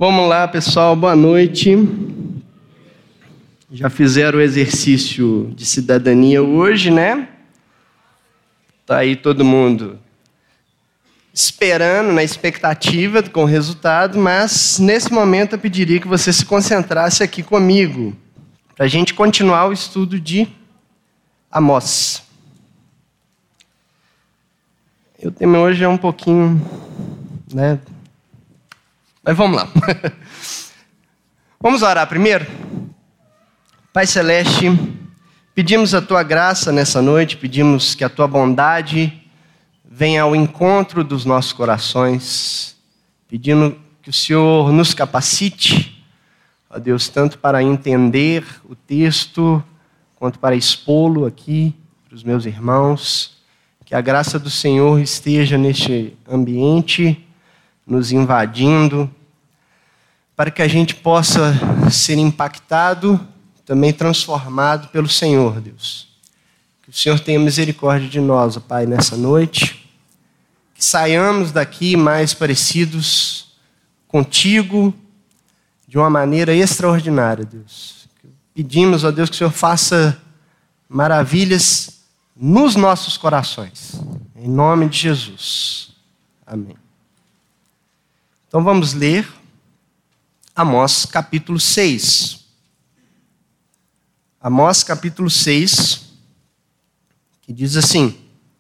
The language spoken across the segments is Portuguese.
Vamos lá, pessoal, boa noite. Já fizeram o exercício de cidadania hoje, né? Tá aí todo mundo esperando, na expectativa com o resultado, mas nesse momento eu pediria que você se concentrasse aqui comigo, para a gente continuar o estudo de Amós. O tema hoje é um pouquinho, né? Mas vamos lá. Vamos orar primeiro? Pai Celeste, pedimos a Tua graça nessa noite, pedimos que a Tua bondade venha ao encontro dos nossos corações, pedindo que o Senhor nos capacite, ó Deus, tanto para entender o texto, quanto para expô-lo aqui para os meus irmãos, que a graça do Senhor esteja neste ambiente, nos invadindo, para que a gente possa ser impactado, também transformado pelo Senhor, Deus. Que o Senhor tenha misericórdia de nós, ó Pai, nessa noite, que saiamos daqui mais parecidos contigo, de uma maneira extraordinária, Deus. Pedimos, ó Deus, que o Senhor faça maravilhas nos nossos corações, em nome de Jesus. Amém. Então vamos ler Amós capítulo 6. Amós capítulo 6, que diz assim: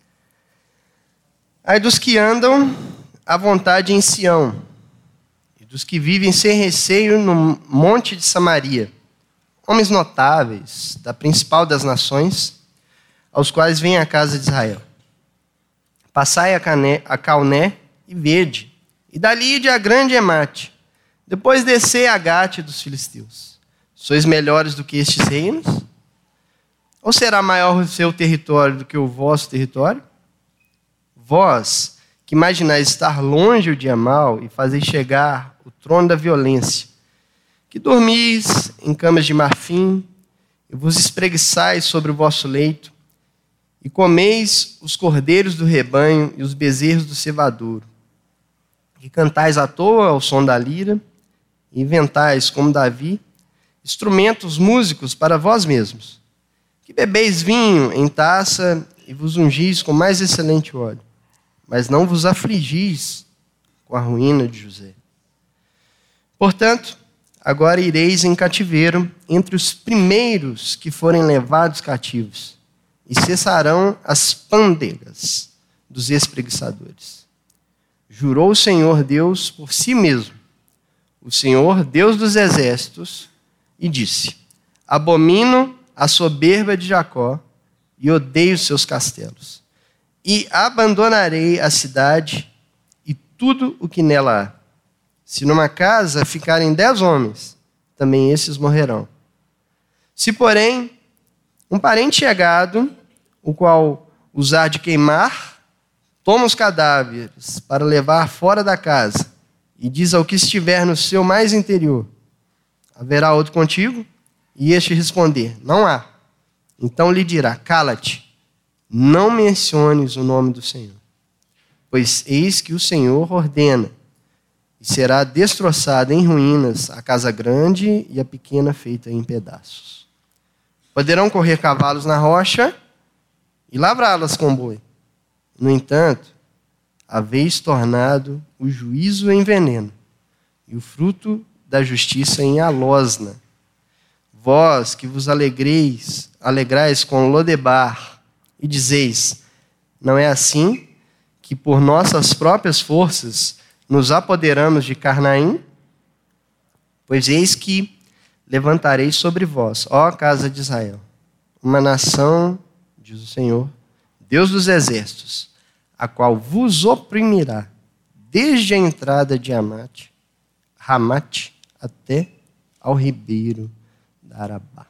Ai dos que andam à vontade em Sião, e dos que vivem sem receio no monte de Samaria, homens notáveis da principal das nações, aos quais vem a casa de Israel. Passai a Calné e vede, e dali de a grande Emate, depois descei a Gate dos filisteus. Sois melhores do que estes reinos? Ou será maior o seu território do que o vosso território? Vós, que imaginais estar longe o dia mau e fazeis chegar o trono da violência, que dormis em camas de marfim e vos espreguiçais sobre o vosso leito, e comeis os cordeiros do rebanho e os bezerros do cevadouro, que cantais à toa ao som da lira, e inventais, como Davi, instrumentos músicos para vós mesmos, que bebeis vinho em taça e vos ungis com mais excelente óleo, mas não vos afligis com a ruína de José. Portanto, agora ireis em cativeiro entre os primeiros que forem levados cativos, e cessarão as pândegas dos espreguiçadores. Jurou o Senhor Deus por si mesmo, o Senhor Deus dos exércitos, e disse: abomino a soberba de Jacó e odeio seus castelos. E abandonarei a cidade e tudo o que nela há. Se numa casa ficarem 10 homens, também esses morrerão. Se, porém, um parente chegado, o qual usar de queimar, toma os cadáveres para levar fora da casa, e diz ao que estiver no seu mais interior: haverá outro contigo? E este responder: não há. Então lhe dirá: cala-te, não menciones o nome do Senhor. Pois eis que o Senhor ordena, e será destroçada em ruínas a casa grande e a pequena feita em pedaços. Poderão correr cavalos na rocha e lavrá-las com boi. No entanto, haveis tornado o juízo em veneno e o fruto da justiça em alosna. Vós que vos alegrais com Lodebar e dizeis: não é assim que por nossas próprias forças nos apoderamos de Carnaim? Pois eis que levantarei sobre vós, ó casa de Israel, uma nação, diz o Senhor, Deus dos exércitos, a qual vos oprimirá desde a entrada de Ramate até ao ribeiro da Arabá.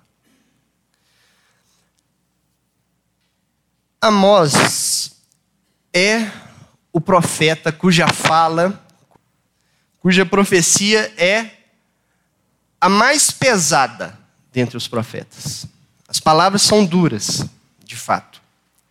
Amós é o profeta cuja profecia é a mais pesada dentre os profetas. As palavras são duras, de fato.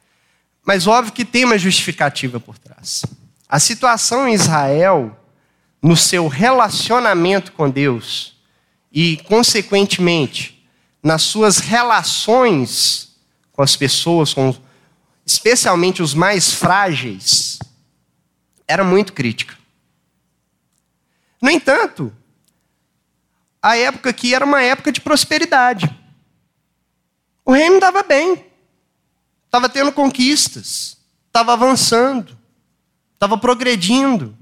Mas óbvio que tem uma justificativa por trás. A situação em Israel no seu relacionamento com Deus e, consequentemente, nas suas relações com as pessoas, especialmente os mais frágeis, era muito crítica. No entanto, a época aqui era uma época de prosperidade. O reino estava bem, estava tendo conquistas, estava avançando, estava progredindo.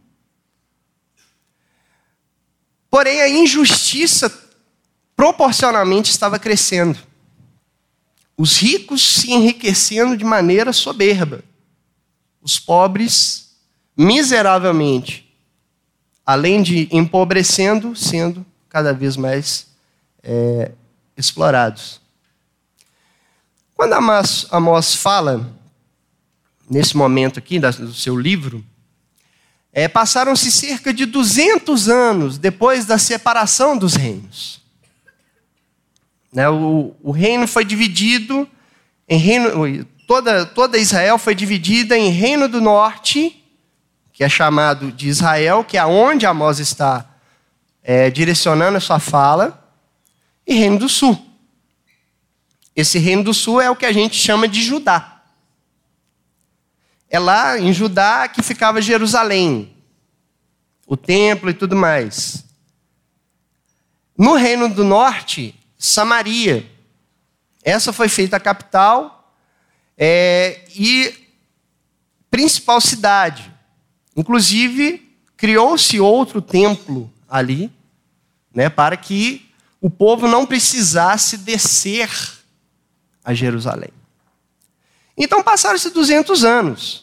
Porém, a injustiça proporcionalmente estava crescendo. Os ricos se enriquecendo de maneira soberba. Os pobres, miseravelmente, além de empobrecendo, sendo cada vez mais explorados. Quando Amós fala, nesse momento aqui do seu livro, passaram-se cerca de 200 anos depois da separação dos reinos. O reino foi dividido em reino, toda Israel foi dividida em reino do norte, que é chamado de Israel, que é onde Amós está direcionando a sua fala, e reino do sul. Esse reino do sul é o que a gente chama de Judá. É lá em Judá que ficava Jerusalém, o templo e tudo mais. No reino do norte, Samaria. Essa foi feita a capital e principal cidade. Inclusive, criou-se outro templo ali, para que o povo não precisasse descer a Jerusalém. Então, passaram-se 200 anos.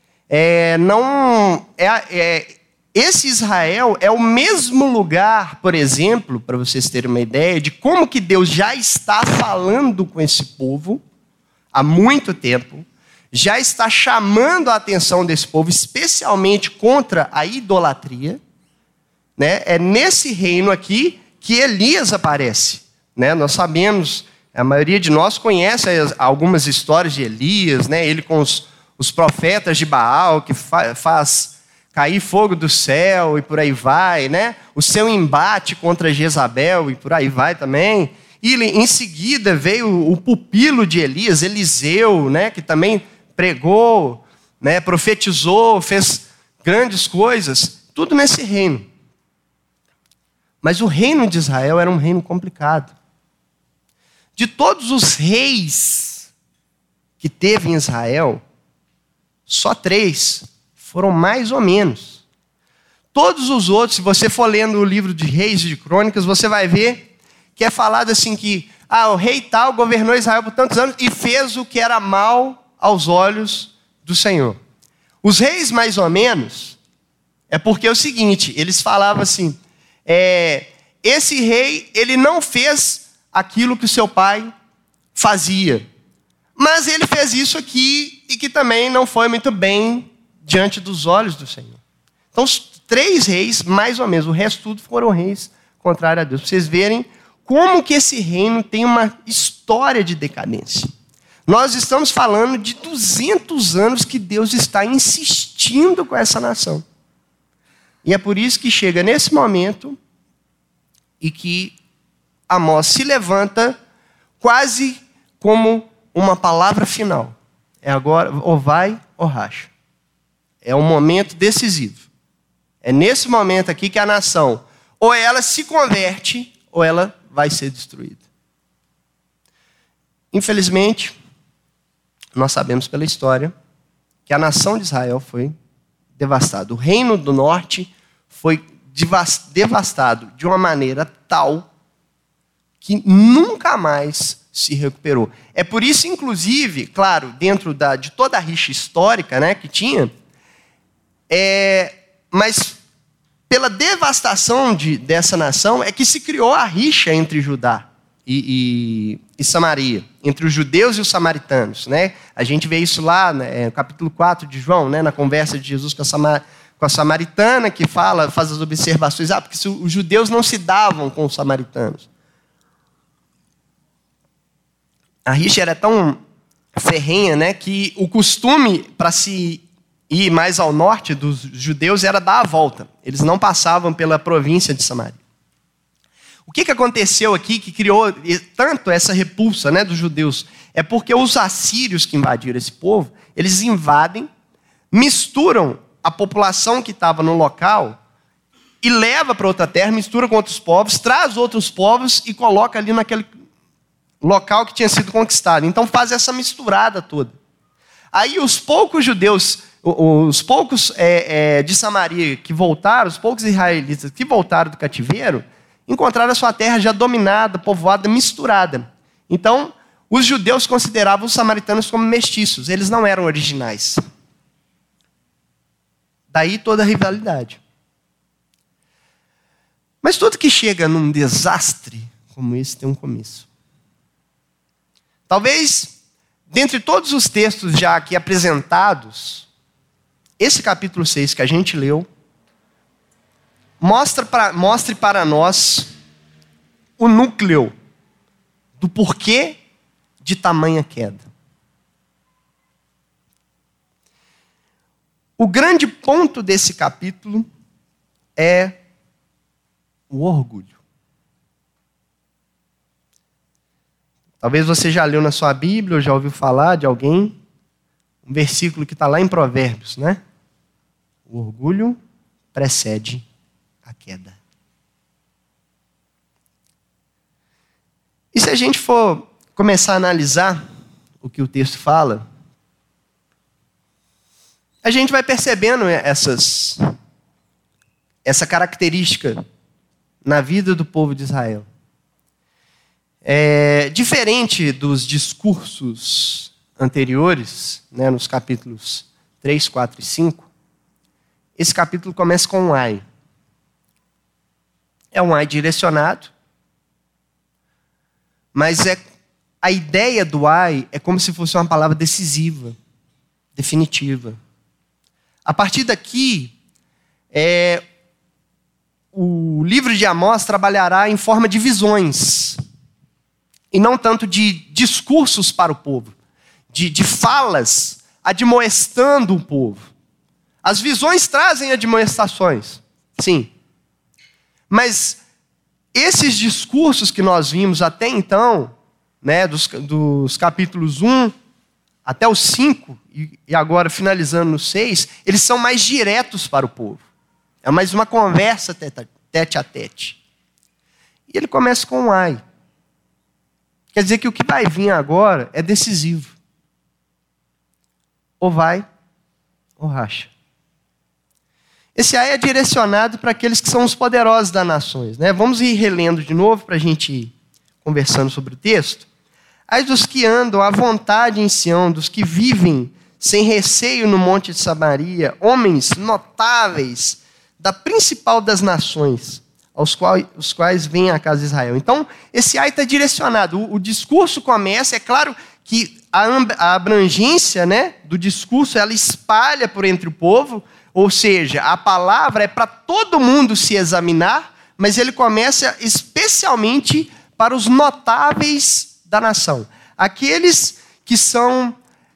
Esse Israel é o mesmo lugar, por exemplo, para vocês terem uma ideia de como que Deus já está falando com esse povo há muito tempo, já está chamando a atenção desse povo, especialmente contra a idolatria. É nesse reino aqui que Elias aparece. Nós sabemos, a maioria de nós conhece algumas histórias de Elias, ele com os profetas de Baal, que faz cair fogo do céu e por aí vai, o seu embate contra Jezabel e por aí vai também. E em seguida veio o pupilo de Elias, Eliseu, que também pregou, profetizou, fez grandes coisas, tudo nesse reino. Mas o reino de Israel era um reino complicado. De todos os reis que teve em Israel, só 3 foram mais ou menos. Todos os outros, se você for lendo o livro de Reis e de Crônicas, você vai ver que é falado assim que o rei tal governou Israel por tantos anos e fez o que era mal aos olhos do Senhor. Os reis mais ou menos, é porque é o seguinte, eles falavam assim, esse rei, ele não fez aquilo que o seu pai fazia, mas ele fez isso aqui e que também não foi muito bem diante dos olhos do Senhor. Então, os 3 reis, mais ou menos, o resto tudo foram reis contrários a Deus. Para vocês verem como que esse reino tem uma história de decadência. Nós estamos falando de 200 anos que Deus está insistindo com essa nação. E é por isso que chega nesse momento e que Amós se levanta quase como uma palavra final. É agora, ou vai ou racha. É um momento decisivo. É nesse momento aqui que a nação, ou ela se converte, ou ela vai ser destruída. Infelizmente, nós sabemos pela história que a nação de Israel foi devastada. O reino do norte foi devastado de uma maneira tal que nunca mais se recuperou. É por isso, inclusive, claro, dentro de toda a rixa histórica que tinha, mas pela devastação dessa nação é que se criou a rixa entre Judá e Samaria, entre os judeus e os samaritanos. A gente vê isso lá no capítulo 4 de João, na conversa de Jesus com a samaritana, que faz as observações, porque os judeus não se davam com os samaritanos. A rixa era tão ferrenha, que o costume para se e mais ao norte dos judeus era dar a volta. Eles não passavam pela província de Samaria. O que aconteceu aqui que criou tanto essa repulsa, né, dos judeus? É porque os assírios que invadiram esse povo, eles invadem, misturam a população que estava no local e leva para outra terra, mistura com outros povos, traz outros povos e coloca ali naquele local que tinha sido conquistado. Então faz essa misturada toda. Aí os poucos judeus, os poucos de Samaria que voltaram, os poucos israelitas que voltaram do cativeiro, encontraram a sua terra já dominada, povoada, misturada. Então, os judeus consideravam os samaritanos como mestiços, eles não eram originais. Daí toda a rivalidade. Mas tudo que chega num desastre como esse tem um começo. Talvez, dentre todos os textos já aqui apresentados, esse capítulo 6 que a gente leu, mostre para nós o núcleo do porquê de tamanha queda. O grande ponto desse capítulo é o orgulho. Talvez você já leu na sua Bíblia ou já ouviu falar de alguém, um versículo que está lá em Provérbios, né? O orgulho precede a queda. E se a gente for começar a analisar o que o texto fala, a gente vai percebendo essa característica na vida do povo de Israel. Diferente dos discursos anteriores, né, nos capítulos 3, 4 e 5, esse capítulo começa com um ai. É um ai direcionado, mas a ideia do ai é como se fosse uma palavra decisiva, definitiva. A partir daqui, o livro de Amós trabalhará em forma de visões, e não tanto de discursos para o povo, de falas admoestando o povo. As visões trazem admoestações, sim. Mas esses discursos que nós vimos até então, né, dos capítulos 1 até o 5, e agora finalizando no 6, eles são mais diretos para o povo. É mais uma conversa tete a tete. E ele começa com um ai. Quer dizer que o que vai vir agora é decisivo. Ou vai, ou racha. Esse ai é direcionado para aqueles que são os poderosos das nações, né? Vamos ir relendo de novo para a gente ir conversando sobre o texto. Ai dos que andam à vontade em Sião, dos que vivem sem receio no monte de Samaria, homens notáveis da principal das nações, os quais vêm à casa de Israel. Então, esse ai está direcionado. O discurso começa, é claro que a abrangência, né, do discurso, ela espalha por entre o povo, ou seja, a palavra é para todo mundo se examinar, mas ele começa especialmente para os notáveis da nação. Aqueles que são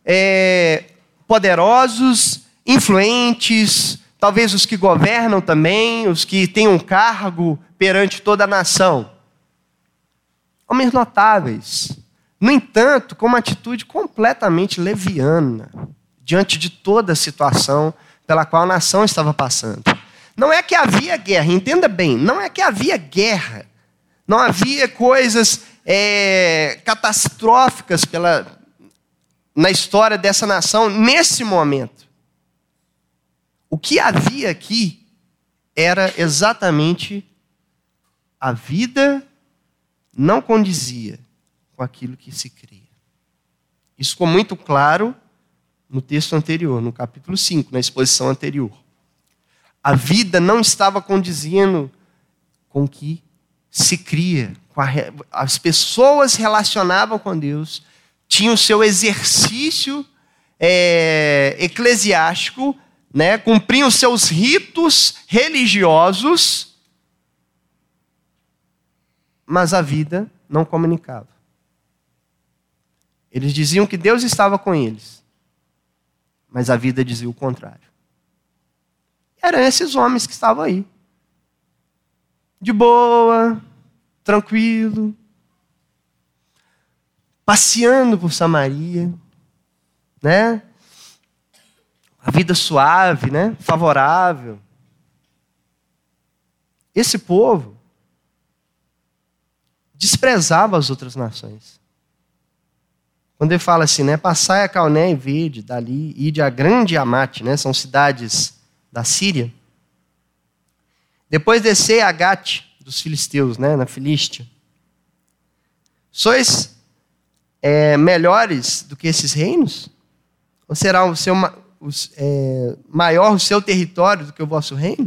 poderosos, influentes, talvez os que governam também, os que têm um cargo perante toda a nação. Homens notáveis. No entanto, com uma atitude completamente leviana, diante de toda a situação pela qual a nação estava passando. Não é que havia guerra, entenda bem, não é que havia guerra. Não havia coisas catastróficas na história dessa nação nesse momento. O que havia aqui era exatamente a vida não condizia com aquilo que se cria. Isso ficou muito claro no texto anterior, no capítulo 5, na exposição anterior. A vida não estava condizendo com o que se cria. As pessoas relacionavam com Deus, tinham o seu exercício eclesiástico, né, cumpriam os seus ritos religiosos, mas a vida não comunicava. Eles diziam que Deus estava com eles, Mas a vida dizia o contrário. Eram esses homens que estavam aí. De boa, tranquilo, passeando por Samaria, né? A vida suave, né? Favorável. Esse povo desprezava as outras nações. Quando ele fala assim, né? Passai a Calné e vede, dali, ide a grande Amate, né? São cidades da Síria. Depois descei a Gate dos filisteus, né? Na Filístia. Sois melhores do que esses reinos? Ou será o seu, maior o seu território do que o vosso reino?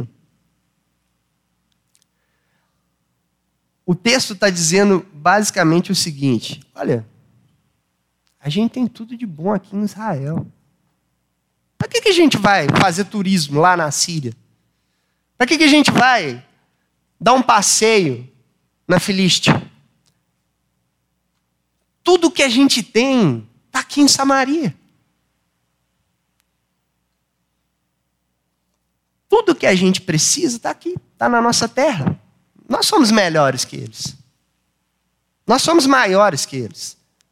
O texto está dizendo basicamente o seguinte: olha, a gente tem tudo de bom aqui em Israel. Para que a gente vai fazer turismo lá na Síria? Para que a gente vai dar um passeio na Filístia? Tudo que a gente tem está aqui em Samaria. Tudo que a gente precisa está aqui, está na nossa terra. Nós somos melhores que eles. Nós somos maiores que eles.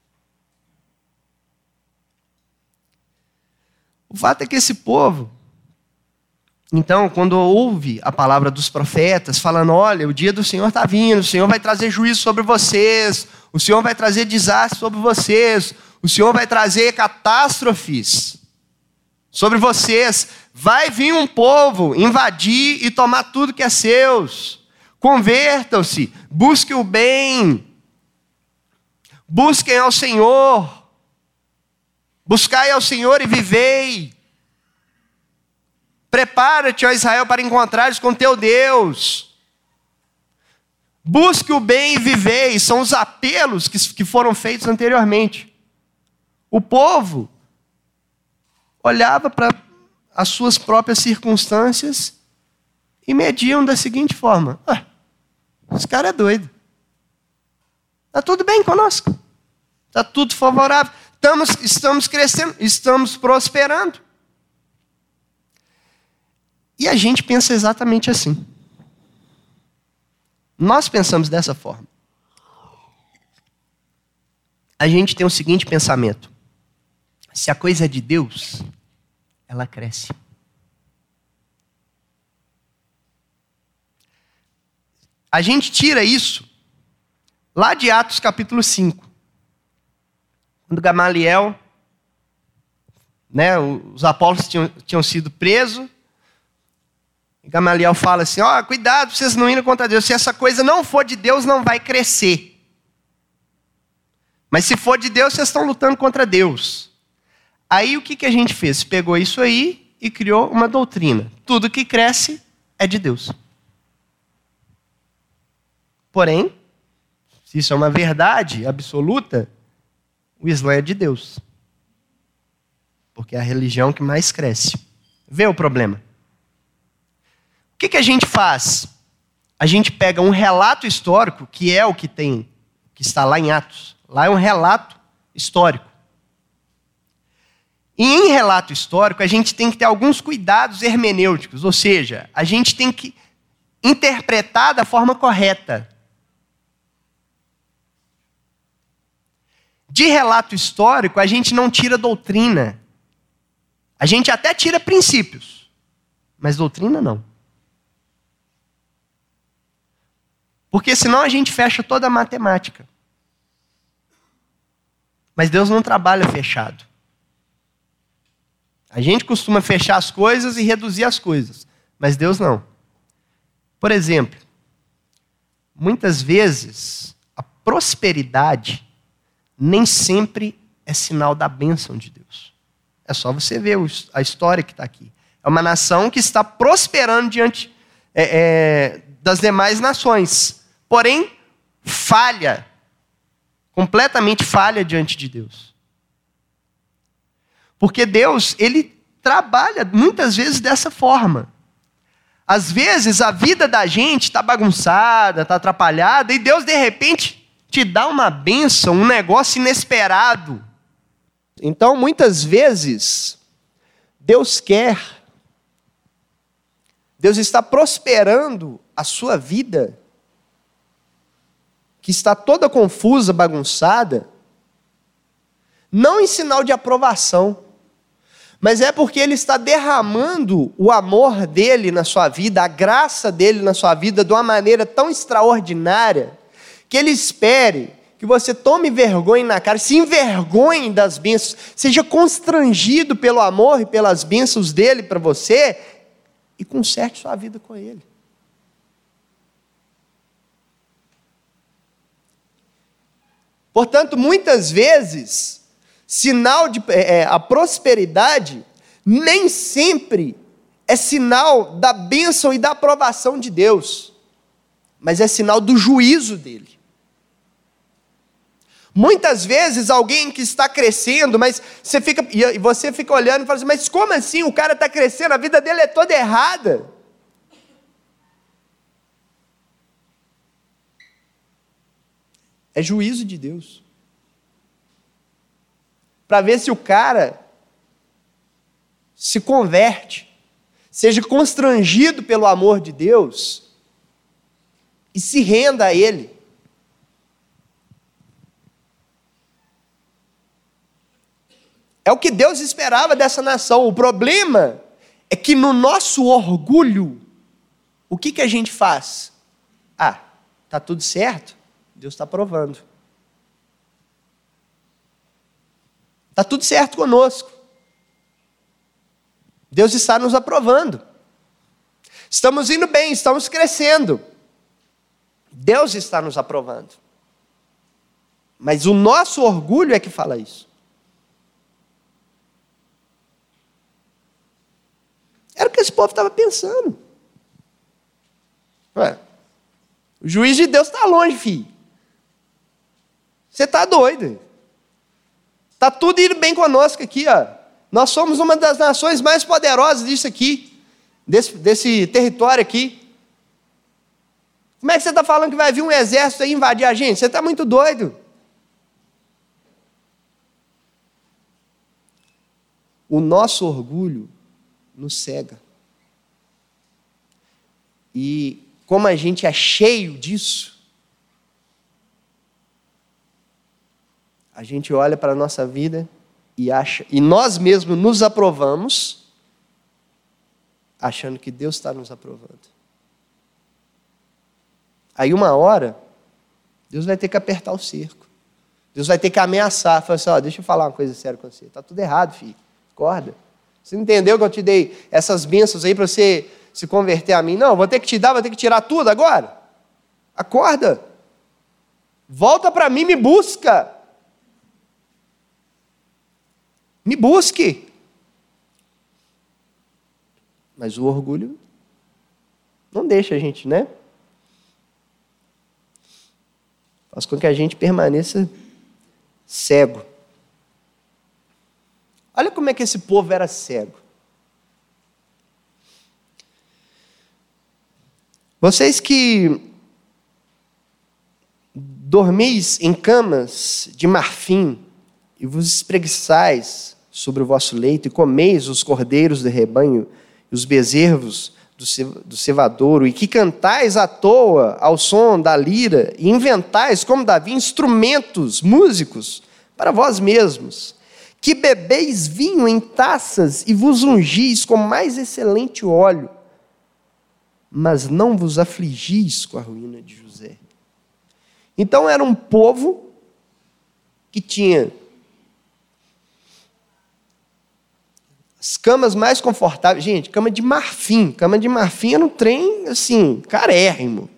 O fato é que esse povo, então, quando ouve a palavra dos profetas, falando, olha, o dia do Senhor está vindo, o Senhor vai trazer juízo sobre vocês, o Senhor vai trazer desastre sobre vocês, o Senhor vai trazer catástrofes sobre vocês, vai vir um povo invadir e tomar tudo que é seus. Convertam-se, busquem o bem, busquem ao Senhor, buscai ao Senhor e vivei. Prepara-te, ó Israel, para encontrares com teu Deus. Busque o bem e vivei. São os apelos que foram feitos anteriormente. O povo olhava para as suas próprias circunstâncias e mediam da seguinte forma: esse cara é doido. Está tudo bem conosco. Está tudo favorável. Estamos crescendo, estamos prosperando. E a gente pensa exatamente assim. Nós pensamos dessa forma. A gente tem o seguinte pensamento: se a coisa é de Deus, ela cresce. A gente tira isso lá de Atos capítulo 5. Quando Gamaliel, né, os apóstolos tinham sido presos, e Gamaliel fala assim, cuidado para vocês não irem contra Deus. Se essa coisa não for de Deus, não vai crescer. Mas se for de Deus, vocês estão lutando contra Deus. Aí o que a gente fez? Pegou isso aí e criou uma doutrina. Tudo que cresce é de Deus. Porém, se isso é uma verdade absoluta, o Islã é de Deus. Porque é a religião que mais cresce. Vê o problema. O que a gente faz? A gente pega um relato histórico, que é o que está lá em Atos. Lá é um relato histórico. E em relato histórico, a gente tem que ter alguns cuidados hermenêuticos, ou seja, a gente tem que interpretar da forma correta. De relato histórico, a gente não tira doutrina. A gente até tira princípios, mas doutrina não. Porque senão a gente fecha toda a matemática. Mas Deus não trabalha fechado. A gente costuma fechar as coisas e reduzir as coisas, mas Deus não. Por exemplo, muitas vezes a prosperidade nem sempre é sinal da bênção de Deus. É só você ver a história que está aqui. É uma nação que está prosperando diante das demais nações. Porém, falha. Completamente falha diante de Deus. Porque Deus, Ele trabalha muitas vezes dessa forma. Às vezes a vida da gente está bagunçada, está atrapalhada, e Deus de repente te dá uma bênção, um negócio inesperado. Então muitas vezes Deus quer, Deus está prosperando a sua vida, que está toda confusa, bagunçada, não em sinal de aprovação, mas é porque Ele está derramando o amor dEle na sua vida, a graça dEle na sua vida, de uma maneira tão extraordinária, que Ele espere que você tome vergonha na cara, se envergonhe das bênçãos, seja constrangido pelo amor e pelas bênçãos dEle para você, e conserte sua vida com Ele. Portanto, muitas vezes, sinal de a prosperidade nem sempre é sinal da bênção e da aprovação de Deus, mas é sinal do juízo dele. Muitas vezes alguém que está crescendo, mas você fica olhando e fala assim, mas como assim o cara está crescendo, a vida dele é toda errada? É juízo de Deus. Para ver se o cara se converte, seja constrangido pelo amor de Deus e se renda a Ele. É o que Deus esperava dessa nação. O problema é que no nosso orgulho, o que a gente faz? Está tudo certo, Deus está aprovando. Está tudo certo conosco. Deus está nos aprovando. Estamos indo bem, estamos crescendo. Deus está nos aprovando. Mas o nosso orgulho é que fala isso. Era o que esse povo estava pensando. O juiz de Deus está longe, filho. Você está doido. Está tudo indo bem conosco aqui, ó. Nós somos uma das nações mais poderosas disso aqui, desse território aqui. Como é que você está falando que vai vir um exército aí invadir a gente? Você está muito doido. O nosso orgulho nos cega. E como a gente é cheio disso, a gente olha para a nossa vida e acha, e nós mesmos nos aprovamos, achando que Deus está nos aprovando. Aí uma hora, Deus vai ter que apertar o cerco. Deus vai ter que ameaçar, falar assim, deixa eu falar uma coisa séria com você, está tudo errado, filho, acorda. Você não entendeu que eu te dei essas bênçãos aí para você se converter a mim? Não, vou ter que te dar, vou ter que tirar tudo agora. Acorda. Volta para mim, me busca. Me busque. Mas o orgulho não deixa a gente, né? Faz com que a gente permaneça cego. Olha como é que esse povo era cego. Vocês que dormis em camas de marfim e vos espreguiçais sobre o vosso leito e comeis os cordeiros do rebanho e os bezerros do cevadouro e que cantais à toa ao som da lira e inventais, como Davi, instrumentos, músicos para vós mesmos, que bebeis vinho em taças e vos ungis com mais excelente óleo, mas não vos afligis com a ruína de José. Então era um povo que tinha as camas mais confortáveis. Gente, cama de marfim. Cama de marfim era um trem, assim, carérrimo.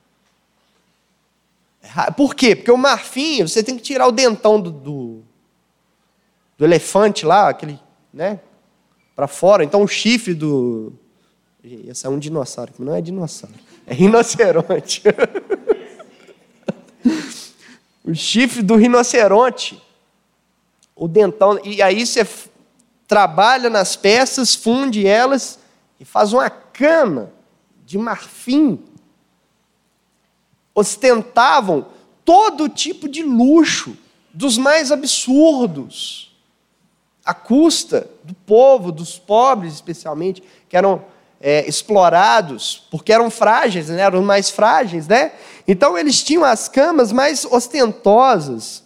Por quê? Porque o marfim, você tem que tirar o dentão do elefante lá, aquele, né, para fora. Então o chifre do... Esse é um dinossauro, não é dinossauro, é rinoceronte. O chifre do rinoceronte, o dentão, e aí você trabalha nas peças, funde elas e faz uma cama de marfim. Ostentavam todo tipo de luxo, dos mais absurdos. à custa do povo, dos pobres especialmente, que eram explorados, porque eram frágeis, né? Eram mais frágeis, né? Então eles tinham as camas mais ostentosas,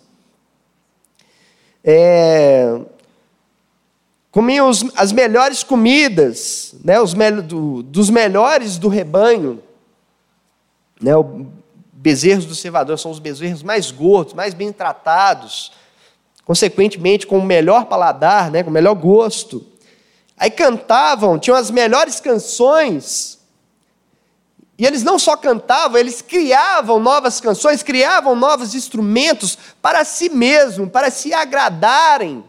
comiam as melhores comidas, né? Dos melhores do rebanho, né? Bezerros do cevador são os bezerros mais gordos, mais bem tratados, consequentemente com o melhor paladar, né? Com o melhor gosto. Aí cantavam, tinham as melhores canções, e eles não só cantavam, eles criavam novas canções, criavam novos instrumentos para si mesmos, para se agradarem.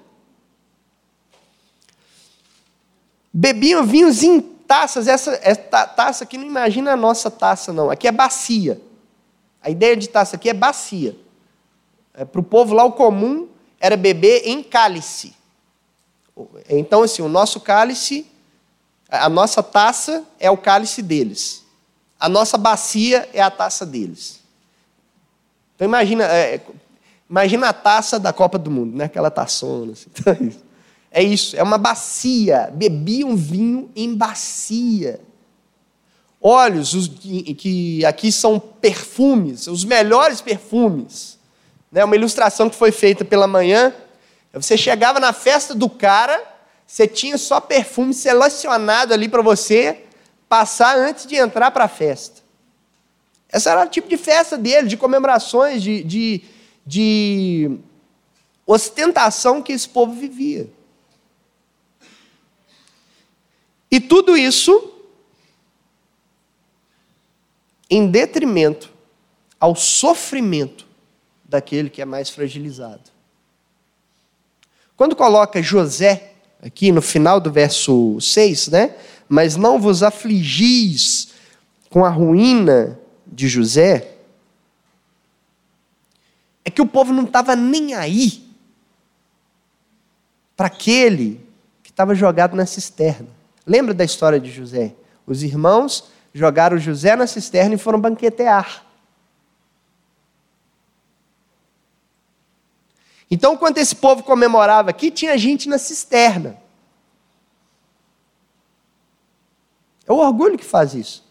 Bebiam vinhos em taças, essa taça aqui não imagina a nossa taça não, aqui é bacia. A ideia de taça aqui é bacia. Para o povo lá o comum era beber em cálice. Então, assim, o nosso cálice, a nossa taça é o cálice deles. A nossa bacia é a taça deles. Então, imagina a taça da Copa do Mundo, né? Aquela taçona. Assim. É isso, é uma bacia. Bebiam vinho em bacia. Óleos, que aqui são perfumes, os melhores perfumes. Né? Uma ilustração que foi feita pela manhã. Você chegava na festa do cara, você tinha só perfume selecionado ali para você passar antes de entrar para a festa. Esse era o tipo de festa dele, de comemorações, de ostentação que esse povo vivia. E tudo isso em detrimento ao sofrimento daquele que é mais fragilizado. Quando coloca José, aqui no final do verso 6, né? Mas não vos afligis com a ruína de José, é que o povo não estava nem aí para aquele que estava jogado na cisterna. Lembra da história de José? Os irmãos jogaram José na cisterna e foram banquetear. Então, quando esse povo comemorava aqui, tinha gente na cisterna. É o orgulho que faz isso.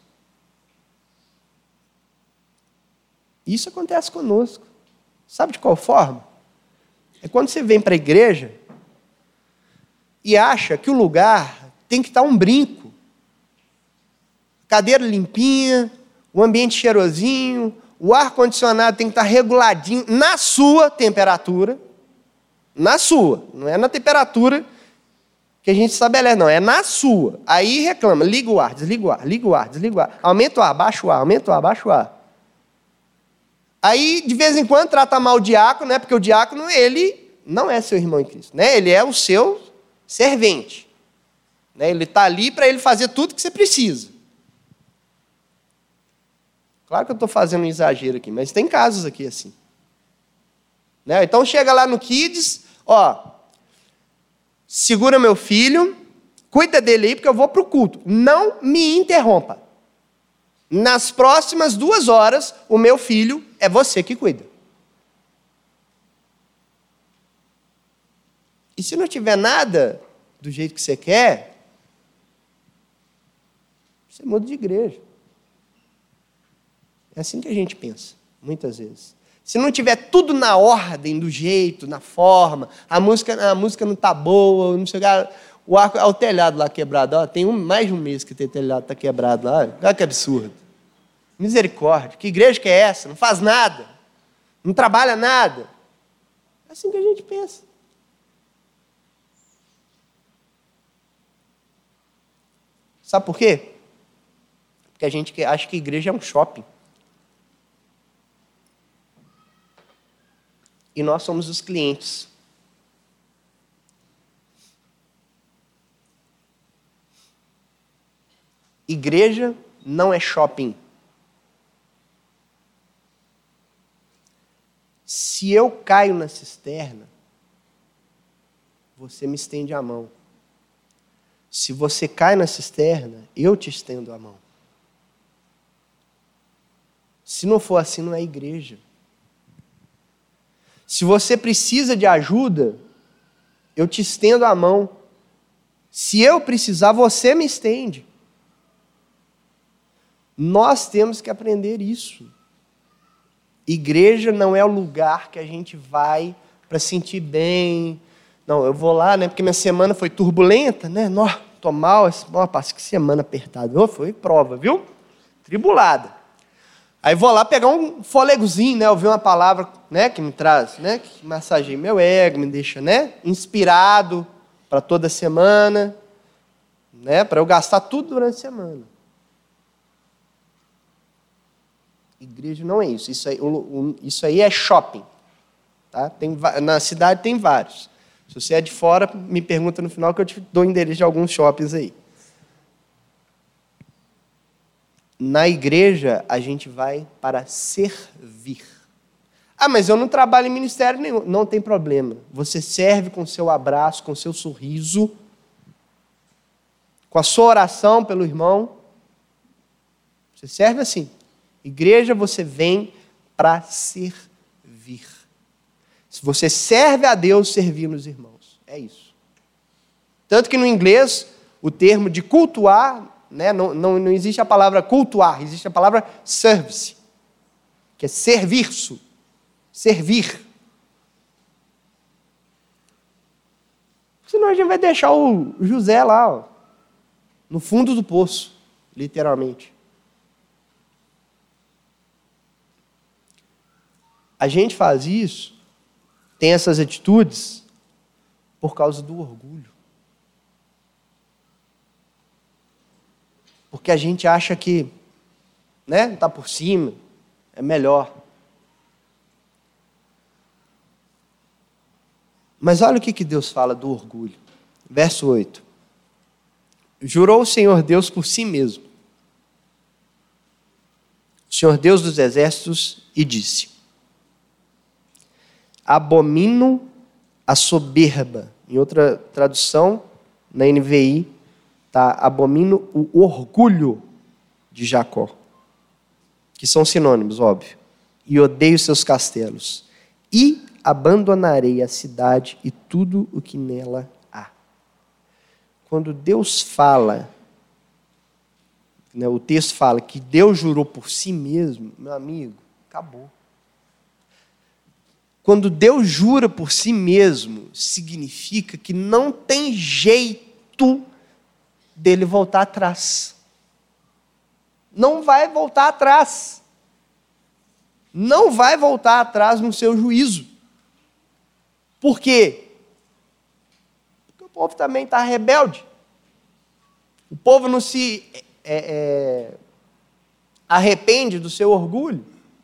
Isso acontece conosco. Sabe de qual forma? É quando você vem para a igreja e acha que o lugar tem que estar um brinco. Cadeira limpinha, o ambiente cheirosinho, o ar-condicionado tem que estar reguladinho na sua temperatura. Na sua, não é na temperatura que a gente estabelece, não, é na sua. Aí reclama, liga o ar, desliga o ar, liga o ar, desliga o ar, aumenta o ar, baixa o ar, aumenta o ar, baixa o ar. Aí, de vez em quando, trata mal o diácono, né? Porque o diácono, ele não é seu irmão em Cristo, né? Ele é o seu servente. Né? Ele está ali para ele fazer tudo que você precisa. Claro que eu estou fazendo um exagero aqui, mas tem casos aqui assim. Né? Então chega lá no Kids, segura meu filho, cuida dele aí porque eu vou para o culto. Não me interrompa. Nas próximas 2 horas, o meu filho é você que cuida. E se não tiver nada do jeito que você quer, você muda de igreja. É assim que a gente pensa, muitas vezes. Se não tiver tudo na ordem, do jeito, na forma, a música não está boa, não sei o telhado lá quebrado, tem mais de um mês que o telhado está quebrado lá, olha que absurdo. Misericórdia, que igreja que é essa? Não faz nada, não trabalha nada. É assim que a gente pensa. Sabe por quê? Porque a gente acha que a igreja é um shopping. E nós somos os clientes. Igreja não é shopping. Se eu caio na cisterna, você me estende a mão. Se você cai na cisterna, eu te estendo a mão. Se não for assim, não é igreja. Se você precisa de ajuda, Eu te estendo a mão. Se eu precisar, você me estende. Nós temos que aprender isso. Igreja não é o lugar que a gente vai para sentir bem. Não, eu vou lá, né? Porque minha semana foi turbulenta, né? Tô mal, que semana apertada. Foi prova, viu? Tribulada. Aí vou lá pegar um fôlegozinho, né? Ouvir uma palavra, né? Que me traz, né? Que massageia meu ego, me deixa, né? Inspirado para toda semana, né? Para eu gastar tudo durante a semana. Igreja não é isso. Isso aí é shopping. Tá? Na cidade tem vários. Se você é de fora, me pergunta no final que eu te dou o endereço de alguns shoppings aí. Na igreja, a gente vai para servir. Ah, mas eu não trabalho em ministério nenhum. Não tem problema. Você serve com seu abraço, com seu sorriso, com a sua oração pelo irmão. Você serve assim. Igreja, você vem para servir. Se você serve a Deus, servir os irmãos. É isso. Tanto que no inglês, o termo de cultuar, né, não existe a palavra cultuar, existe a palavra service, que é serviço, servir. Senão a gente vai deixar o José lá, ó, no fundo do poço, literalmente. A gente faz isso, tem essas atitudes, por causa do orgulho. Porque a gente acha que, né, tá por cima, é melhor. Mas olha o que Deus fala do orgulho. Verso 8. Jurou o Senhor Deus por si mesmo, o Senhor Deus dos exércitos, e disse: abomino a soberba. Em outra tradução, na NVI, tá? Abomino o orgulho de Jacó, que são sinônimos, óbvio. E odeio seus castelos. E abandonarei a cidade e tudo o que nela há. Quando Deus fala, né, o texto fala que Deus jurou por si mesmo, meu amigo, acabou. Quando Deus jura por si mesmo, significa que não tem jeito dele voltar atrás. Não vai voltar atrás. Não vai voltar atrás no seu juízo. Por quê? Porque o povo também está rebelde. O povo não se arrepende do seu orgulho.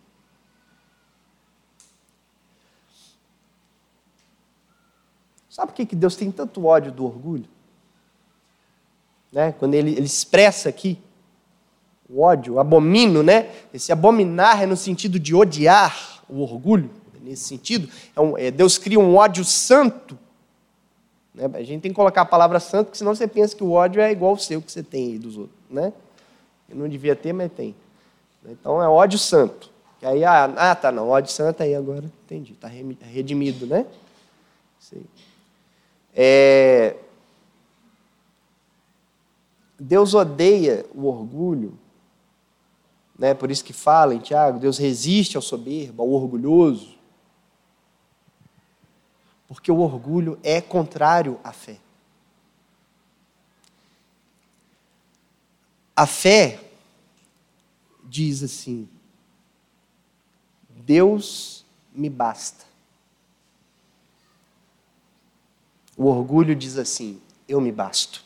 Sabe por que Deus tem tanto ódio do orgulho? Né? Quando ele expressa aqui o ódio, o abomino, né? Esse abominar é no sentido de odiar o orgulho. Nesse sentido, Deus cria um ódio santo. Né? A gente tem que colocar a palavra santo, porque senão você pensa que o ódio é igual ao seu que você tem aí dos outros. Né? Eu não devia ter, mas tem. Então é ódio santo. E aí, não, ódio santo aí agora, entendi, está redimido, né? Sei. Deus odeia o orgulho, né? Por isso que fala em Tiago, Deus resiste ao soberbo, ao orgulhoso, porque o orgulho é contrário à fé. A fé diz assim: Deus me basta. O orgulho diz assim: eu me basto.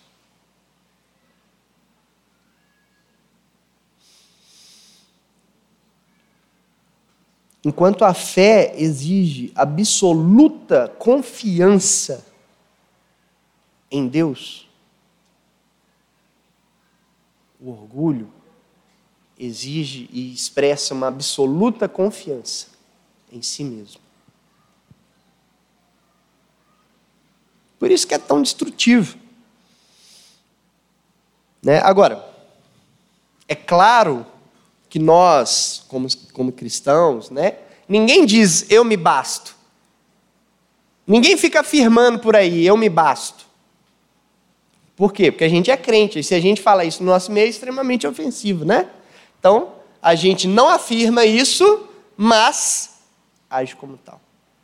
Enquanto a fé exige absoluta confiança em Deus, o orgulho exige e expressa uma absoluta confiança em si mesmo. Por isso que é tão destrutivo. Né? Agora, é claro que nós, como cristãos, né, ninguém diz eu me basto. Ninguém fica afirmando por aí, eu me basto. Por quê? Porque a gente é crente, e se a gente fala isso no nosso meio, é extremamente ofensivo, né? Então, a gente não afirma isso, mas age como tal.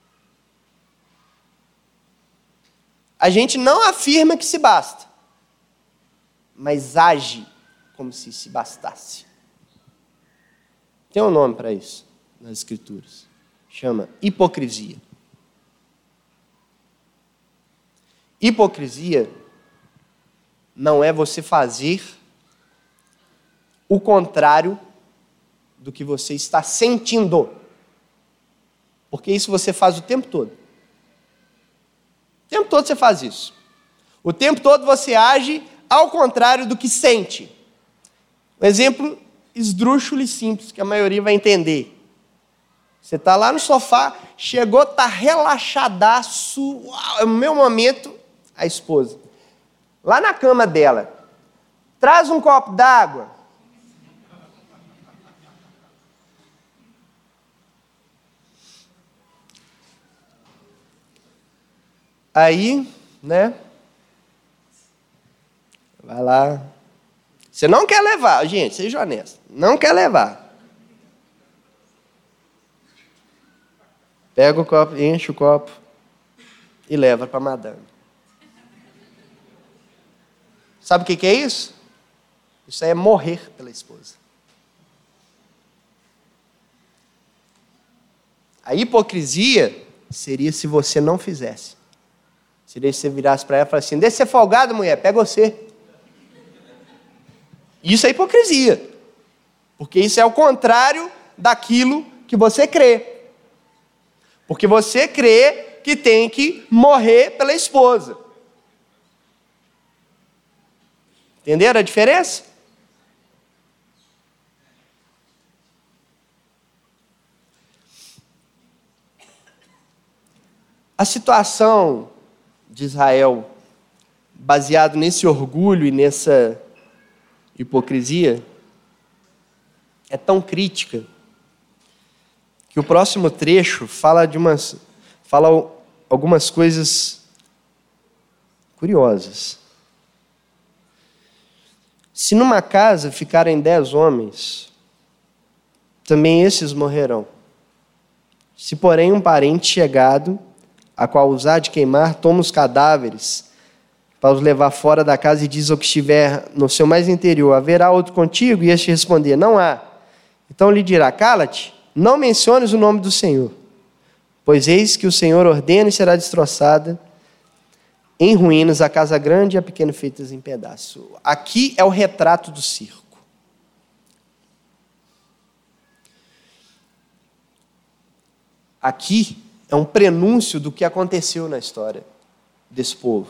A gente não afirma que se basta, mas age como se bastasse. Tem um nome para isso nas Escrituras. Chama hipocrisia. Hipocrisia não é você fazer o contrário do que você está sentindo. Porque isso você faz o tempo todo. O tempo todo você faz isso. O tempo todo você age ao contrário do que sente. Um exemplo esdrúxulo e simples, que a maioria vai entender. Você está lá no sofá, chegou, está relaxadaço, uau, é o meu momento, a esposa. Lá na cama dela, traz um copo d'água. Aí, né? Vai lá. Você não quer levar, gente, seja honesto. Não quer levar. Pega o copo, enche o copo e leva para a madame. Sabe o que é isso? Isso aí é morrer pela esposa. A hipocrisia seria se você não fizesse. Seria se você virasse para ela e falasse assim, deixa ser folgado, mulher, pega você. Isso é hipocrisia. Porque isso é o contrário daquilo que você crê. Porque você crê que tem que morrer pela esposa. Entenderam a diferença? A situação de Israel, baseado nesse orgulho e nessa hipocrisia, é tão crítica que o próximo trecho fala algumas coisas curiosas. Se numa casa ficarem 10 homens, também esses morrerão. Se, porém, um parente chegado, a qual usar de queimar, toma os cadáveres para os levar fora da casa e diz ao que estiver no seu mais interior, haverá outro contigo? E este responder, não há. Então lhe dirá, cala-te, não menciones o nome do Senhor, pois eis que o Senhor ordena e será destroçada em ruínas a casa grande e a pequena feitas em pedaços. Aqui é o retrato do circo. Aqui é um prenúncio do que aconteceu na história desse povo.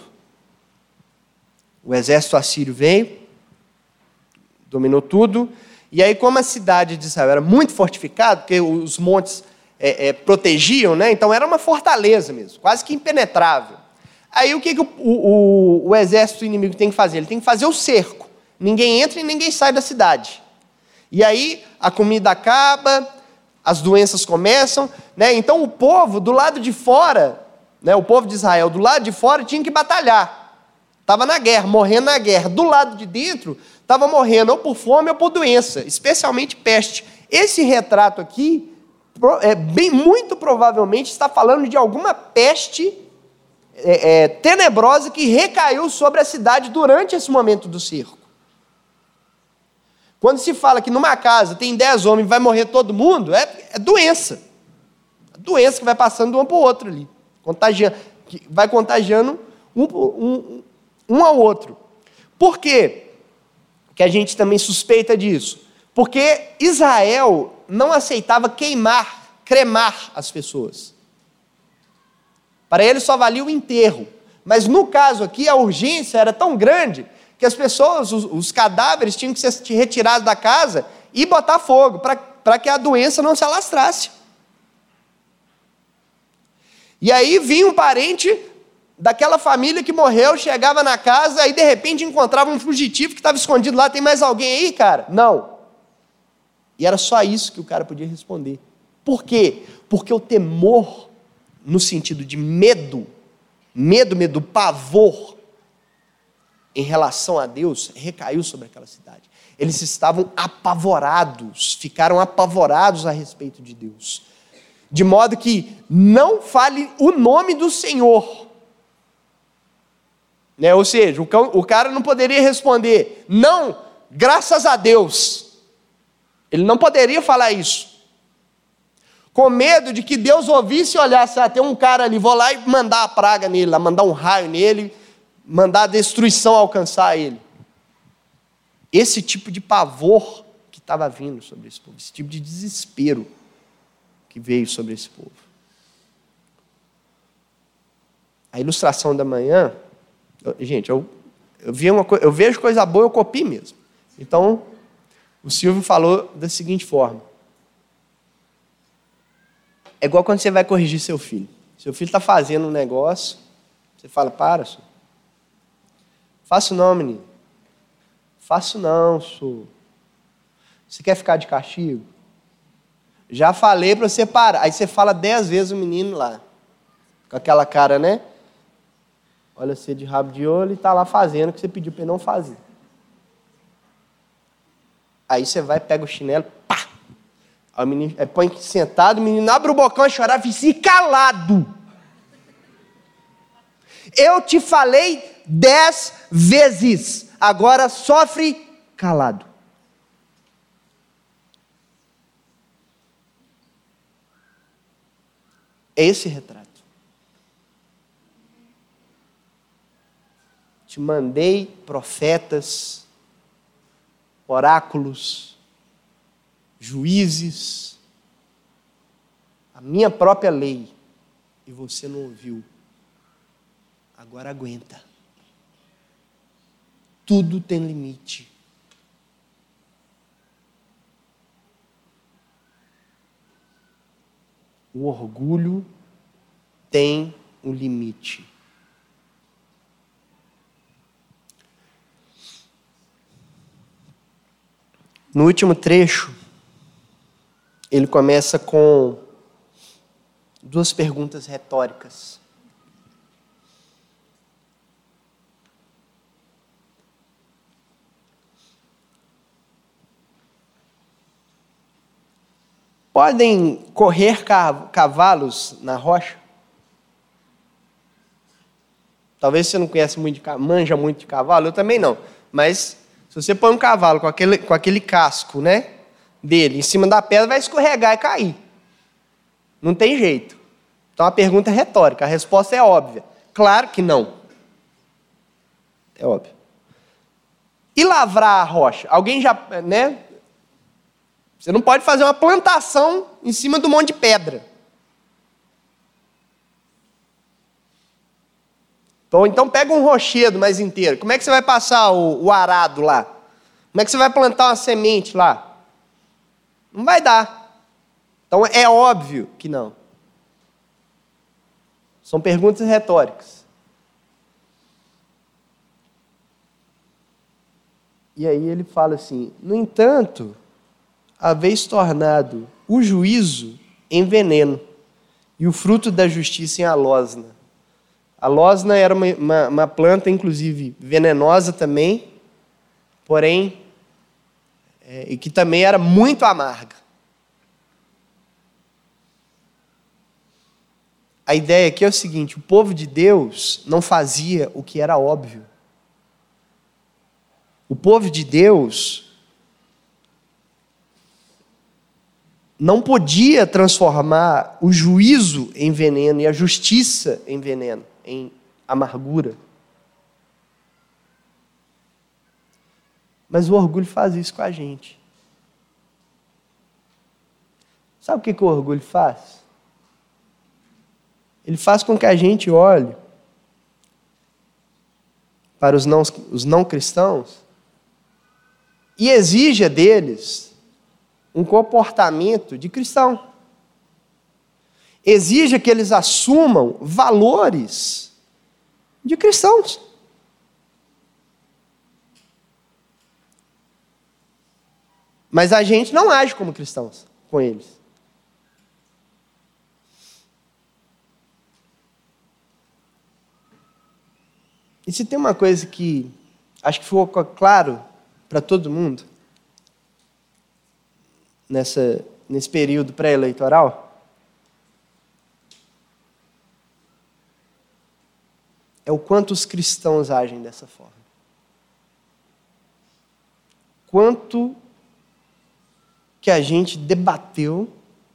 O exército assírio veio, dominou tudo, e aí como a cidade de Israel era muito fortificada, porque os montes protegiam, né? Então era uma fortaleza mesmo, quase que impenetrável. Aí o que o exército inimigo tem que fazer? Ele tem que fazer o cerco. Ninguém entra e ninguém sai da cidade. E aí a comida acaba, as doenças começam, né? Então o povo do lado de fora, né? O povo de Israel do lado de fora tinha que batalhar. Estava na guerra, morrendo na guerra. Do lado de dentro, estava morrendo ou por fome ou por doença, especialmente peste. Esse retrato aqui, muito provavelmente, está falando de alguma peste tenebrosa que recaiu sobre a cidade durante esse momento do circo. Quando se fala que numa casa tem 10 homens e vai morrer todo mundo, é doença. A doença que vai passando de um para o outro ali. Que vai contagiando um ao outro. Por quê que a gente também suspeita disso? Porque Israel não aceitava cremar as pessoas. Para ele só valia o enterro. Mas no caso aqui, a urgência era tão grande que as pessoas, os cadáveres tinham que ser retirados da casa e botar fogo, para que a doença não se alastrasse. E aí vinha um parente daquela família que morreu, chegava na casa, aí de repente encontrava um fugitivo que estava escondido lá, tem mais alguém aí, cara? Não. E era só isso que o cara podia responder. Por quê? Porque o temor no sentido de medo, pavor em relação a Deus, recaiu sobre aquela cidade. Eles estavam apavorados, ficaram apavorados a respeito de Deus. De modo que não fale o nome do Senhor. Né? Ou seja, o cara não poderia responder, não, graças a Deus. Ele não poderia falar isso. Com medo de que Deus ouvisse e olhasse, tem um cara ali, vou lá e mandar a praga nele, lá, mandar um raio nele, mandar a destruição alcançar ele. Esse tipo de pavor que estava vindo sobre esse povo, esse tipo de desespero que veio sobre esse povo. A ilustração da manhã, gente, eu vejo coisa boa, eu copio mesmo. Então, o Silvio falou da seguinte forma. É igual quando você vai corrigir seu filho. Seu filho está fazendo um negócio, você fala, para, senhor. Faço não, menino. Faço não, senhor. Você quer ficar de castigo? Já falei para você parar. Aí você fala 10 vezes o menino lá. Com aquela cara, né? Olha você de rabo de olho e está lá fazendo o que você pediu para ele não fazer. Aí você vai, pega o chinelo, pá! Aí o menino põe sentado, o menino abre o bocão e chorar, fica calado. Eu te falei 10 vezes, agora sofre calado. É esse retrato. Te mandei profetas, oráculos, juízes, a minha própria lei, e você não ouviu. Agora aguenta. Tudo tem limite. O orgulho tem um limite. No último trecho, ele começa com 2 perguntas retóricas. Podem correr cavalos na rocha? Talvez você não conhece muito manja muito de cavalo, eu também não. Mas se você põe um cavalo com aquele casco, né, dele em cima da pedra, vai escorregar e cair. Não tem jeito. Então a pergunta é retórica, a resposta é óbvia. Claro que não. É óbvio. E lavrar a rocha? Alguém já, né? Você não pode fazer uma plantação em cima de um monte de pedra. Então pega um rochedo mais inteiro. Como é que você vai passar o arado lá? Como é que você vai plantar uma semente lá? Não vai dar. Então é óbvio que não. São perguntas retóricas. E aí ele fala assim, no entanto, haveis tornado o juízo em veneno e o fruto da justiça em alosna. A losna era uma planta, inclusive, venenosa também, porém, e que também era muito amarga. A ideia aqui é o seguinte, o povo de Deus não fazia o que era óbvio. O povo de Deus não podia transformar o juízo em veneno e a justiça em veneno, em amargura. Mas o orgulho faz isso com a gente. Sabe o que o orgulho faz? Ele faz com que a gente olhe para os não cristãos e exija deles um comportamento de cristão. Exija que eles assumam valores de cristãos. Mas a gente não age como cristãos com eles. E se tem uma coisa que acho que ficou claro para todo mundo nesse período pré-eleitoral, é o quanto os cristãos agem dessa forma. Quanto que a gente debateu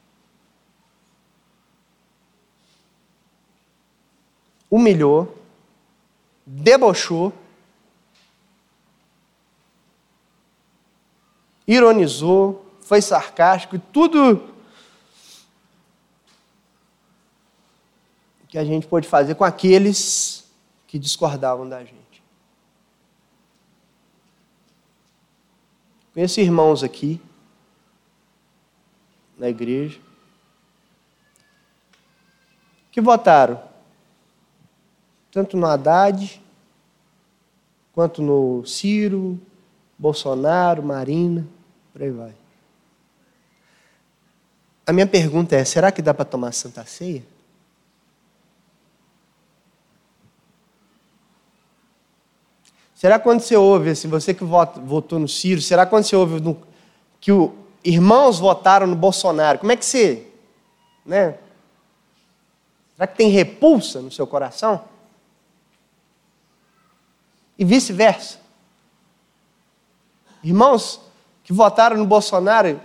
humilhou, debochou, ironizou, foi sarcástico, e tudo que a gente pôde fazer com aqueles que discordavam da gente. Conheço irmãos aqui, na igreja, que votaram tanto no Haddad, quanto no Ciro, Bolsonaro, Marina, por aí vai. A minha pergunta é, será que dá para tomar Santa Ceia? Será que quando você ouve, assim, você que votou no Ciro, será que quando você ouve que irmãos votaram no Bolsonaro, como é que você, né? Será que tem repulsa no seu coração? E vice-versa. Irmãos que votaram no Bolsonaro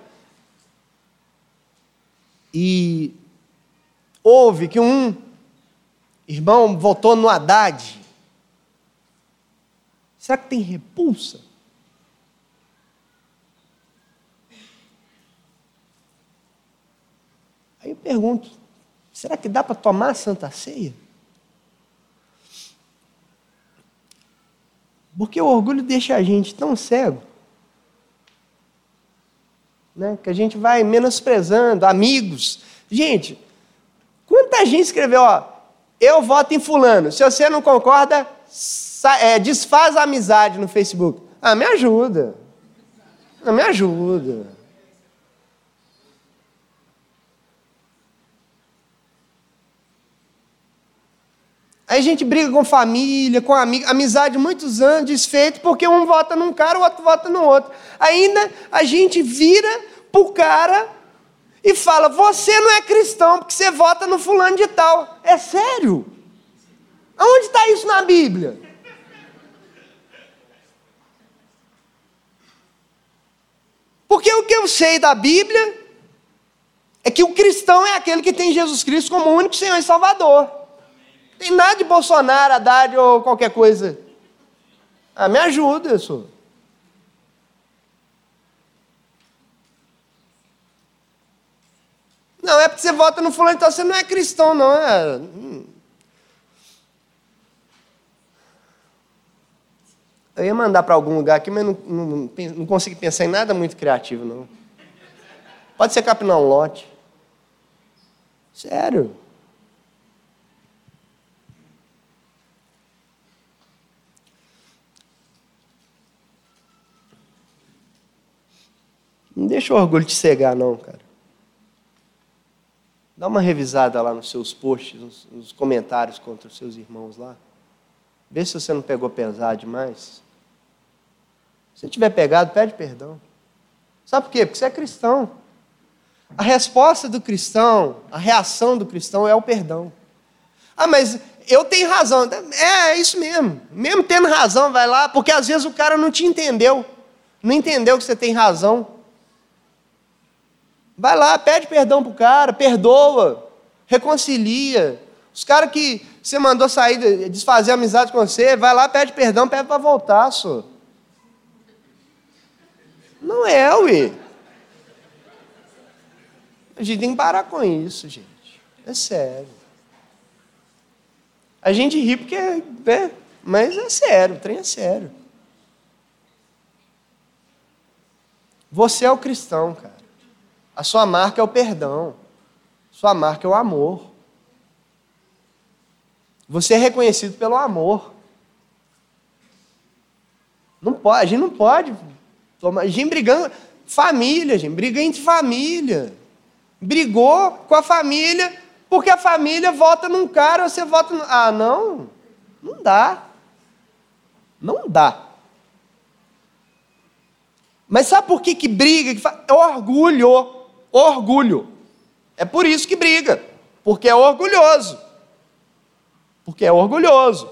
e houve que um irmão votou no Haddad. Será que tem repulsa? Aí eu pergunto, será que dá para tomar a Santa Ceia? Porque o orgulho deixa a gente tão cego, né, que a gente vai menosprezando amigos. Gente, quanta gente escreveu, eu voto em fulano. Se você não concorda, desfaz a amizade no Facebook. Me ajuda. Me ajuda. Aí a gente briga com família, com amigo, amizade muitos anos, desfeito, porque um vota num cara, o outro vota no outro. Ainda a gente vira pro cara e fala, você não é cristão, porque você vota no fulano de tal. É sério? Aonde está isso na Bíblia? Porque o que eu sei da Bíblia é que o cristão é aquele que tem Jesus Cristo como único Senhor e Salvador. Tem nada de Bolsonaro, Haddad ou qualquer coisa. Me ajuda, senhor. Não, é porque você vota no fulano, então você não é cristão, não. Eu ia mandar para algum lugar aqui, mas não consegui pensar em nada muito criativo, não. Pode ser capinar um lote. Sério. Não deixa o orgulho te cegar, não, cara. Dá uma revisada lá nos seus posts, nos comentários contra os seus irmãos lá. Vê se você não pegou pesado demais. Se tiver pegado, pede perdão. Sabe por quê? Porque você é cristão. A resposta do cristão, a reação do cristão é o perdão. Mas eu tenho razão. É isso mesmo. Mesmo tendo razão, vai lá, porque às vezes o cara não te entendeu. Não entendeu que você tem razão. Vai lá, pede perdão pro cara, perdoa, reconcilia. Os caras que você mandou sair, desfazer a amizade com você, vai lá, pede perdão, pede para voltar, só. Não é, ué. A gente tem que parar com isso, gente. É sério. A gente ri porque, né? Mas é sério, o trem é sério. Você é o cristão, cara. A sua marca é o perdão. Sua marca é o amor. Você é reconhecido pelo amor. Não pode, a gente não pode tomar. A gente brigando. Família, gente, briga entre família. Brigou com a família, porque a família vota num cara, você vota no. Não. Não dá. Não dá. Mas sabe por que briga? É orgulho. Orgulho. É por isso que briga. Porque é orgulhoso. Porque é orgulhoso.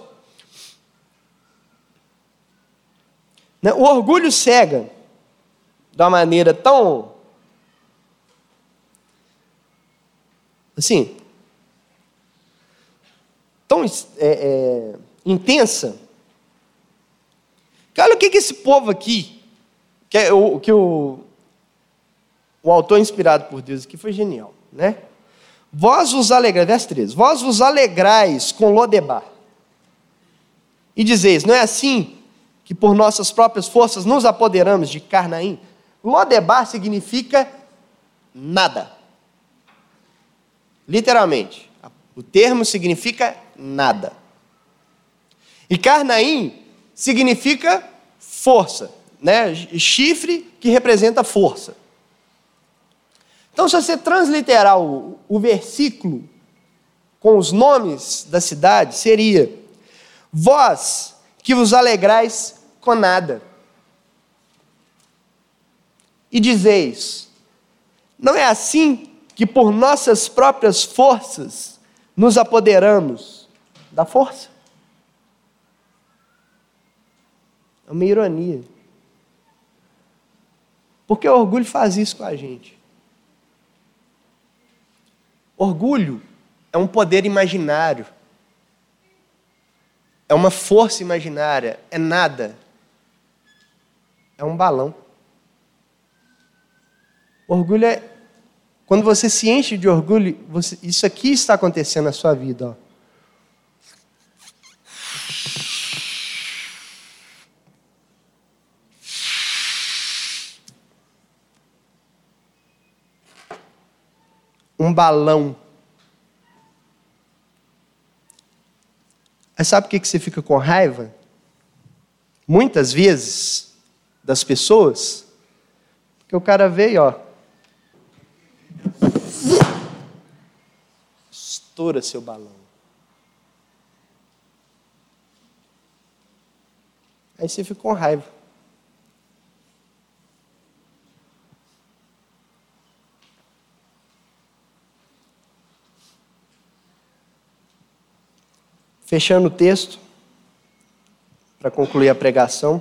O orgulho cega de uma maneira tão, assim, tão intensa, que olha o que esse povo aqui, que o autor inspirado por Deus aqui foi genial, né? Vós vos alegrais, verso 13, vós vos alegrais com Lodebar, e dizeis, não é assim que por nossas próprias forças nos apoderamos de Carnaim? Lodebar significa nada. Literalmente. O termo significa nada. E Carnaim significa força, né? Chifre que representa força. Então, se você transliterar o versículo com os nomes da cidade, seria: vós que vos alegrais com nada. E dizeis, não é assim que por nossas próprias forças nos apoderamos da força? É uma ironia. Porque o orgulho faz isso com a gente. Orgulho é um poder imaginário. É uma força imaginária, é nada. É um balão. Orgulho é... Quando você se enche de orgulho, isso aqui está acontecendo na sua vida. Ó. Um balão. Aí sabe por que você fica com raiva? Muitas vezes, das pessoas, porque o cara veio, ó, estoura seu balão. Aí você fica com raiva. Fechando o texto, para concluir a pregação.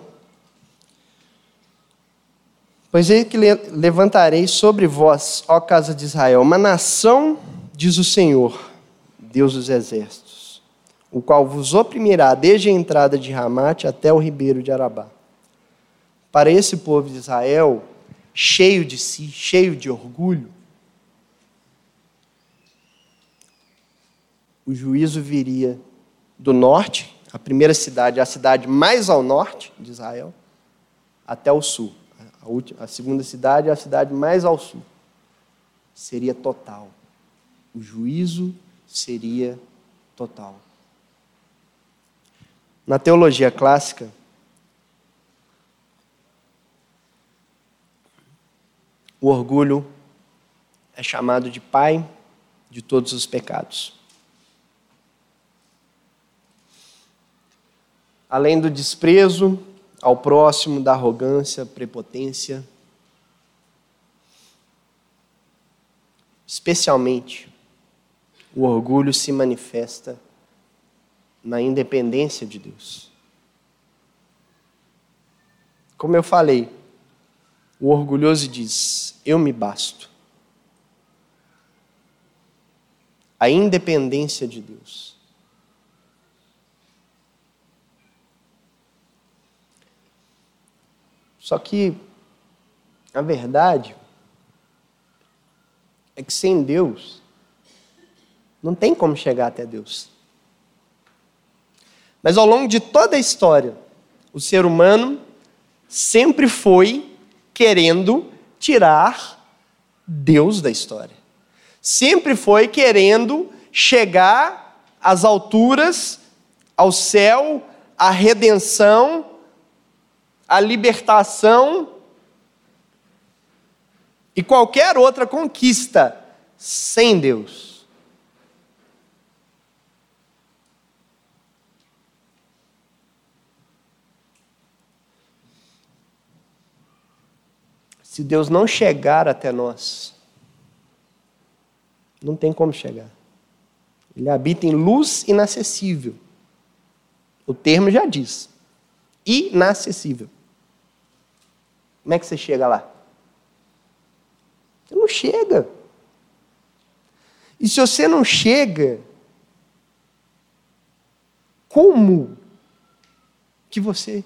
Pois é que levantarei sobre vós, ó casa de Israel, uma nação, diz o Senhor, Deus dos exércitos, o qual vos oprimirá desde a entrada de Ramate até o ribeiro de Arabá. Para esse povo de Israel, cheio de si, cheio de orgulho, o juízo viria do norte, a primeira cidade, a cidade mais ao norte de Israel, até o sul. A segunda cidade é a cidade mais ao sul. Seria total. O juízo seria total. Na teologia clássica, o orgulho é chamado de pai de todos os pecados. Além do desprezo ao próximo, da arrogância, prepotência, especialmente, o orgulho se manifesta na independência de Deus. Como eu falei, o orgulhoso diz, eu me basto. A independência de Deus. Só que a verdade é que sem Deus não tem como chegar até Deus. Mas ao longo de toda a história, o ser humano sempre foi querendo tirar Deus da história. Sempre foi querendo chegar às alturas, ao céu, à redenção, à libertação e qualquer outra conquista sem Deus. Se Deus não chegar até nós, não tem como chegar. Ele habita em luz inacessível. O termo já diz. Inacessível. Como é que você chega lá? Você não chega. E se você não chega, como que você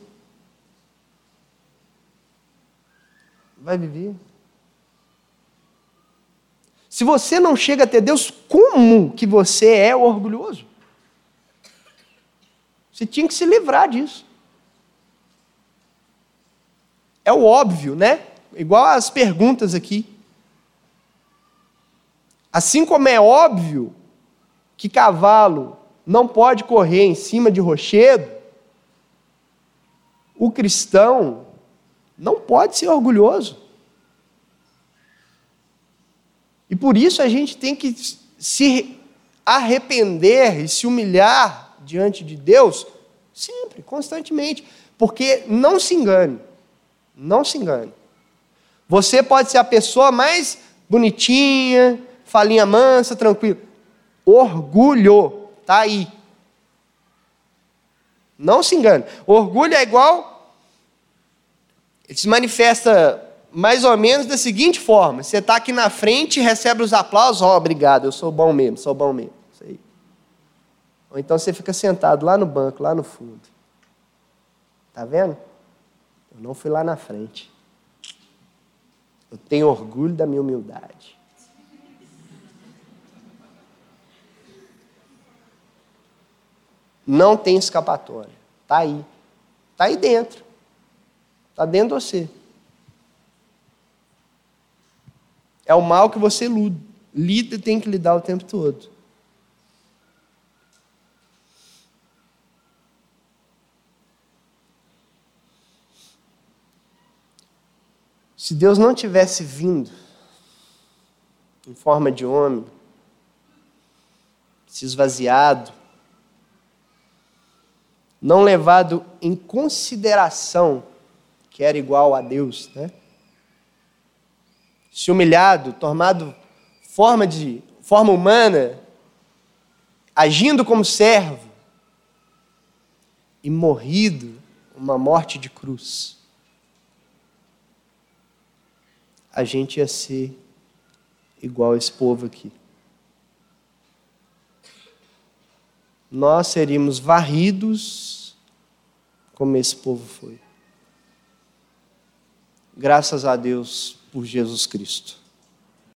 vai viver? Se você não chega até Deus, como que você é orgulhoso? Você tinha que se livrar disso. É o óbvio, né? Igual as perguntas aqui. Assim como é óbvio que cavalo não pode correr em cima de rochedo, o cristão não pode ser orgulhoso. E por isso a gente tem que se arrepender e se humilhar diante de Deus sempre, constantemente. Porque não se engane, não se engane. Você pode ser a pessoa mais bonitinha, falinha mansa, tranquila. Orgulho está aí. Não se engane. Orgulho é igual... Ele se manifesta mais ou menos da seguinte forma. Você está aqui na frente e recebe os aplausos. Obrigado, eu sou bom mesmo, sou bom mesmo. Isso aí. Ou então você fica sentado lá no banco, lá no fundo. Está vendo? Eu não fui lá na frente. Eu tenho orgulho da minha humildade. Não tem escapatória. Está aí. Está aí dentro. Está dentro de você. É o mal que você lida e tem que lidar o tempo todo. Se Deus não tivesse vindo em forma de homem, se esvaziado, não levado em consideração que era igual a Deus, né? Se humilhado, tomado forma humana, agindo como servo e morrido uma morte de cruz, a gente ia ser igual a esse povo aqui. Nós seríamos varridos como esse povo foi. Graças a Deus por Jesus Cristo.